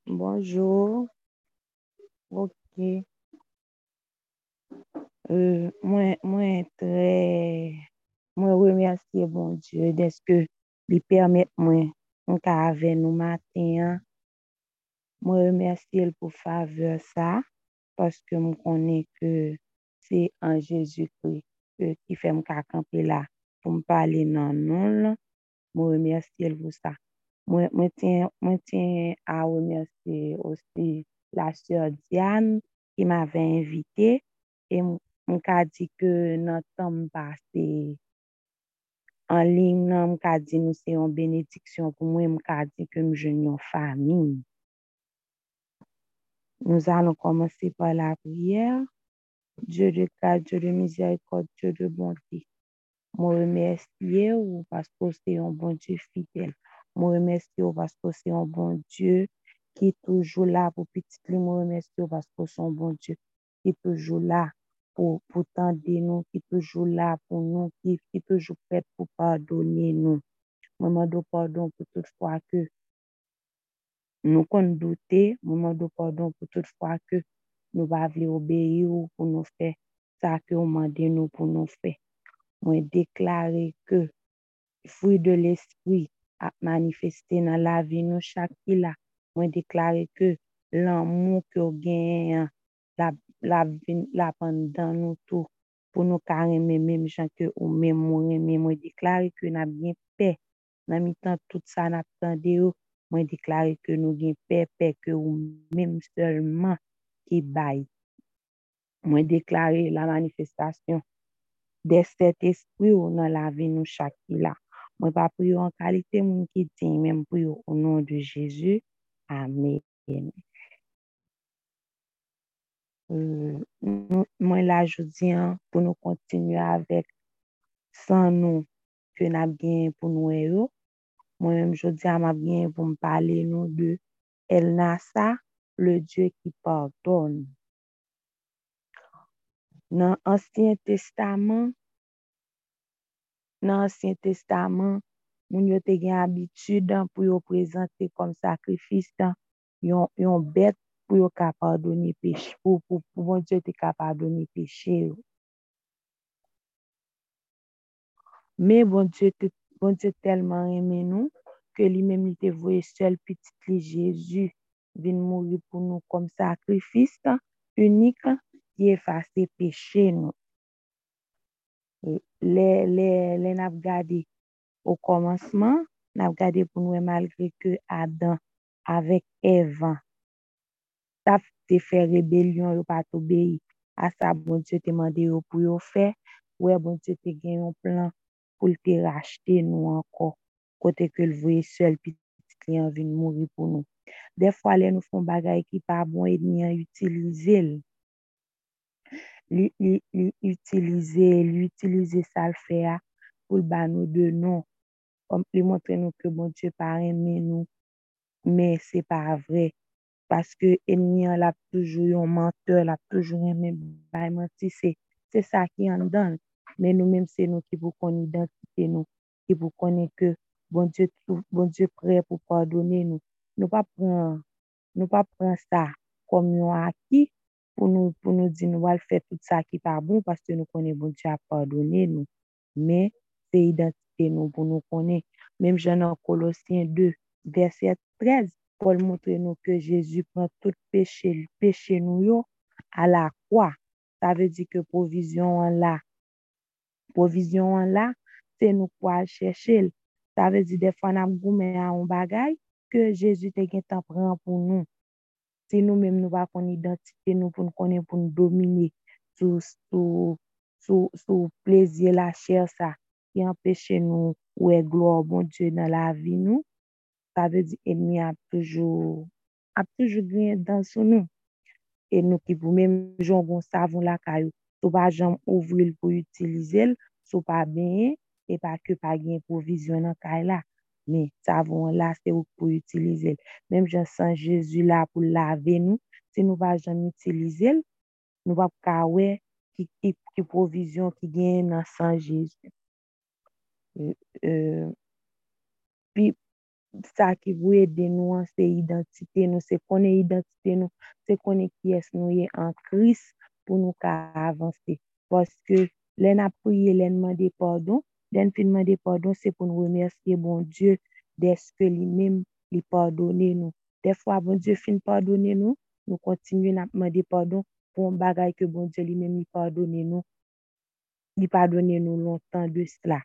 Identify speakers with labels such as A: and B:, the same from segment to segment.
A: Bonjour, ok. Moi remercie bon Dieu d'est-ce que lui permet moi avec nous matin. Moi remercie pour faveur ça parce que je connais que c'est en Jésus-Christ qui fait me camper là pour me parler non non. Moi remercie pour ça. Moi tiens à remercier aussi la sœur Diane qui m'avait invité et m'a dit que notre temps passé en ligne, m'a dit nous c'est une bénédiction pour moi, m'a dit que nous jeune une famille. Nous allons commencer par la prière. Dieu de grâce, Dieu de miséricorde, Dieu de bonté. Moi remercie ou parce que c'est un bon Dieu fidèle. Moi remercie ou parce que c'est un bon Dieu qui est toujours là pour petit li. Moi remercie ou parce que c'est un bon Dieu qui est toujours là pour tendre nous, qui est toujours là pour nous, qui est toujours prêt pour pardonner nous. Moi demande pardon pour toute fois que nous qu'on douter, moi demande pardon pour toute fois que nous pas voulu obéir ou pour nous faire ça que on demande nous pour nous faire. Moi déclarer que fruit de l'esprit a manifesté dans la vie nous chaque qui là. Moi déclarer que l'amour que vous gagne la la pendant nous tout pour nous carrément même gens que ou même moi moi déclarer que n'a bien paix dans mi-temps tout ça n'a attendé moi déclarer que nous gain paix que ou même seulement qui baille. Moi déclarer la manifestation de cet esprit dans la vie nous chaque là. Moi pas prier en qualité mon qui dit même prier au nom de Jésus. Amen. Moi là je dis pour nous continuer avec sans nous que n'a bien pour nous héros. Moi-même je dis à ma bien pour me parler nous de El Nassa, le Dieu qui pardonne. Dans l'Ancien Testament, moun yo te gen habitude pour yo présenter comme sacrifice yon bête pour yo ka pardonner péché pour bon Dieu te ka pardonner péché. Mais bon Dieu tellement aimé nous que lui-même il te voyé seul petit li Jésus vient mourir pour nous comme sacrifice unique qui efface péché nous. Les n'a gardé au commencement, n'a gardé pour nous malgré que Adam avec Ève t'a fait rébellion, yo pas obéi à ça bon Dieu te mandé yo pour yo faire. Ouais, bon Dieu te gen un plan pour te racheter nous encore. Côté que le voyait seul petit client vient mourir pour nous. Des fois, les nous font bagay qui pas bon et ni utiliser l'utiliser ça le fait pour le ba nous de non comme lui montrer nous que bon Dieu pas aimé nous mais c'est pas vrai parce que ennemi l'a toujours un menteur l'a toujours aimé ba menti c'est ça qui en donne mais nous même c'est nous qui vous connaît identité nous qui vous connaît que bon Dieu prêt pour pardonner nous nous pas prendre nous pas prendre ça comme un acquis pour nous dire nous allons faire tout ça qui pas bon parce que nous connaissons bon Dieu a pardonné nous mais c'est identité nous pour nous connaître même Jean Colossiens 2 verset 13 Paul montre nous que Jésus prend tout péché nous yo à la croix ça veut dire que provision en là c'est nous quoi chercher ça veut dire des fois n'a goumé à un bagage que Jésus te gen temps prend pour nous si nous-mêmes nous pas qu'on identité nous pour nous connaître pour nous dominer sous sous sous plaisir la chair ça qui empêche nous ouais gloire bon Dieu dans la vie nous ça veut dire ennemi a toujours gagné dans son nous et nous qui vous même jongon savon la caillou sou pas jamais ouvrir pour utiliser sou pas bien et pas que pas gain provision dans caille là mais savon là c'est pour utiliser même je sens Jésus là pour laver nous si nous pas jamais utiliser nous pas ka ouais qui provision qui gagne dans sang Jésus euh, euh, puis ça qui vous aide nous, c'est identité nous, c'est connaître identité nous, c'est connaître qui est nous est en Christ pour nous avancer. Parce que l'en a prié, l'en demandé pardon, l'en fin demandé pardon, c'est pour nous remercier bon Dieu d'être que lui-même lui pardonner nous. Des fois, bon Dieu fin pardonner nous, nous continuons à demander pardon pour un bagage que bon Dieu lui-même lui pardonner nous, lui pardonner nous longtemps de cela.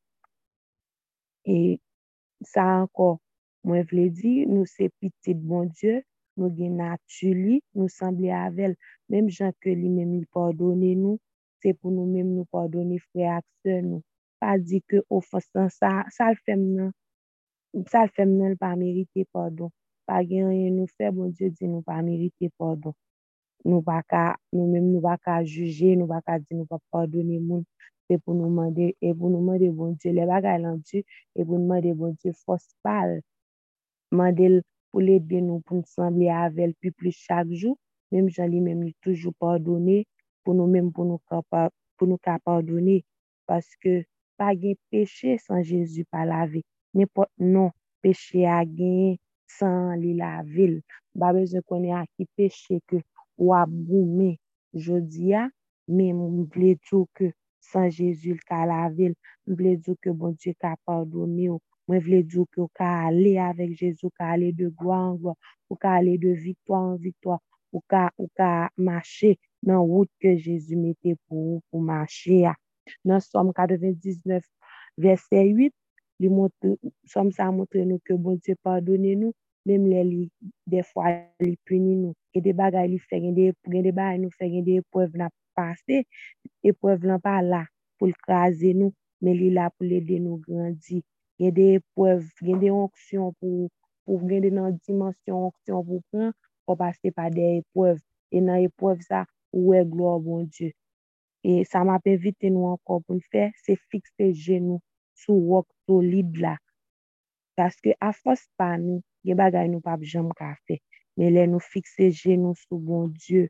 A: Et ça encore, moi vle di, nous c'est petit bon Dieu, nous gen nature li, nous sembler avec même gens que lui même il pardonne nous, c'est pour nous même nous pardonner frère et sœur nous. Pas dire que offense ça le fait non, ça le fait non pas mériter pardon. Pas gen rien nous fait bon Dieu dit nous pas mériter pardon. Nous pas qu'à nous même nous pas qu'à juger, nous pas qu'à dire nous pas pardonner moun. C'est pour nous demander et pour nous demander bon Dieu les bagages là Dieu et pour nous demander bon Dieu force pas mandel pour l'aider nous pour nous sembler avec elle plus chaque jour même Jean lui même lui toujours pardonner pour nous même pour nous pardonner parce que pas de péché sans Jésus pas laver n'importe non péché à gain sans lui laver pas besoin connaître à qui péché que ou a goumé jodi a mais on veut dire que sans Jésus le ka laver on veut dire que bon Dieu ka pardonner moi, je veux dire que vous aller avec Jésus, vous aller de gloire en gloire, vous aller de victoire en victoire, vous marcher dans la route que Jésus mettait pour vous, pour marcher. Dans Somme 99, verset 8, Somme ça montre nous que bon Dieu pardonne nous, même des fois, il punit nous. Et des bagages, il fait, il y a des bagages, nous fait, il y a des épreuves, n'a passé, épreuve là pas là pour le craser nous, mais il est là pour l'aider nous grandir. Il y a des épreuves, il y a des onctions pour gagner dans dimension onction pour prendre, pour passer par des épreuves. Et dans l'épreuve, ça, où est gloire, bon Dieu. Et ça m'a invité nous encore pour le faire, c'est fixer genoux sur roc solide là. Parce que à force pas nous, les bagages nous pas jamais faire. Mais là, nous fixer genoux sur bon Dieu,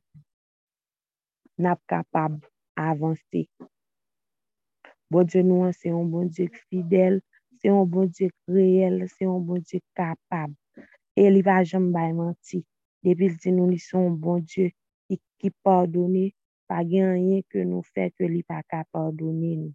A: n'a pas capable d'avancer. Bon Dieu, nous, c'est un bon Dieu fidèle, c'est un bon Dieu réel, c'est un bon Dieu capable. Et il va jamais mentir. Depuis il dit nous, sommes un bon Dieu qui pardonne, pas rien que nous fait que il pas capable pardonner nous.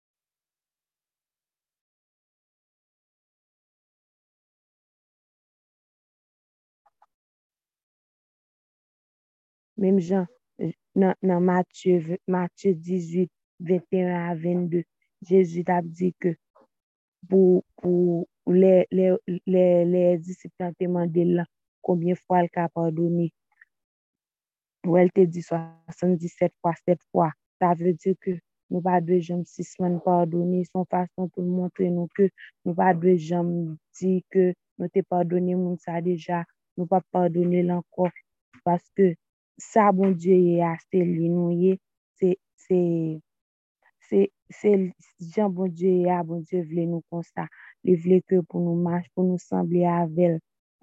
A: Même Jean, dans Matthieu 18, 21 à 22, Jésus a dit que pour les disciples ont demandé là, combien de fois il a pardonné. Ou elle te dit 77 fois, 7 fois. Ça veut dire que nous pas de jamais six semaines pardonner, son façon pour montrer nous que nous pas de jamais dire que nous te pardonné moun ça déjà, nous pas pardonner encore parce que ça bon Dieu est assez li nous y c'est c'est c'est Jean bon Dieu bon Dieu voulait nous comme ça, il voulait que pour nous marcher, pour nous sembler avec elle,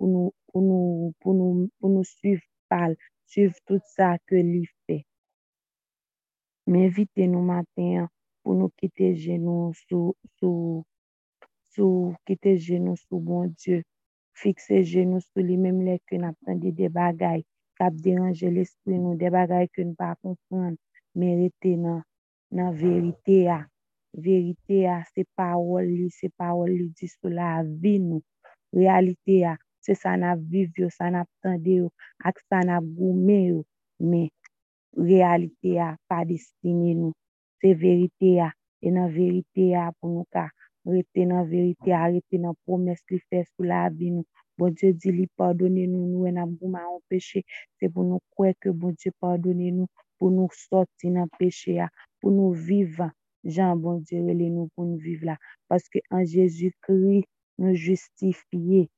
A: pour nous suivre par suivre tout ça que lui fait. M'invite nous matin pour nous quitter genoux quitter genoux sous bon Dieu, fixer genoux sous lui-même les que n'a des bagailles, qui déranger l'esprit nous, des bagailles que nous pas comprendre, mais rester dans vérité vérité c'est parole li dit sur la vie nous, réalité c'est ça n'a vivre, ça n'a tendé, ak ça n'a goumé, mais réalité pas destiné nous, c'est vérité et dans vérité pour nous rester dans vérité, arrêter dans promesse qu'il fait sur la vie nous. Bon Dieu dit lui pardonner nous, nous et n'a en péché, c'est pour nous croire que bon Dieu pardonne nous, pour nous sortir dans péché, pour nous vivre. Jean, bon Dieu, relais nous pour nous vivre là. Parce que en Jésus-Christ, nous justifiés.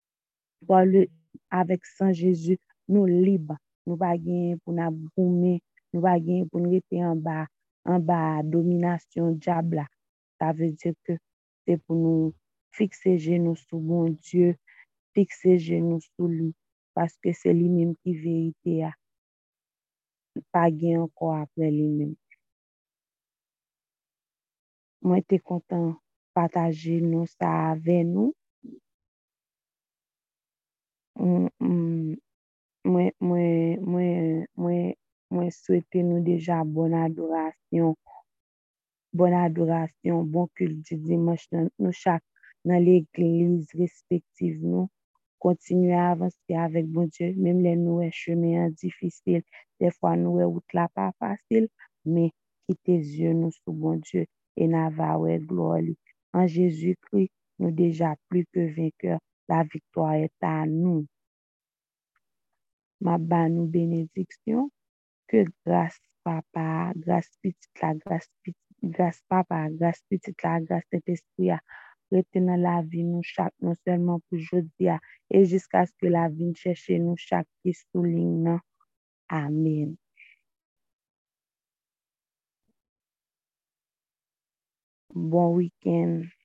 A: Avec Saint Jésus, nous libres. Nous pas pour nous brûler, nous pas pour nous rester en bas, domination diable. Ça veut dire que c'est pour nous fixer genoux sur mon Dieu, fixer genoux sur lui, parce que c'est lui-même qui vérité, pas gain encore après lui-même. Moi, j'étais content de partager nous ça avec nous. Mm, mm, Mwen, mwen, mwen, mwen, mwen souhaite nous déjà bonne adoration, bon culte du dimanche nous chaque dans l'église respective nous. Continuer à avancer avec bon Dieu, même les nous chemin difficile. Des fois, nous route là pas facile, mais qui tes yeux nous sur bon Dieu et n'a va ouais gloire. En Jésus-Christ, nous déjà plus que vainqueurs. La victoire est à nous. Ma ba nous bénédiction. Que grâce papa, grâce petite la, grâce papa, grâce petite la, grâce Saint-Esprit a rete dans la vie nous chaque, non seulement pour aujourd'hui et jusqu'à ce que la vie cherche nous chaque qui souligne. Amen. Bon week-end.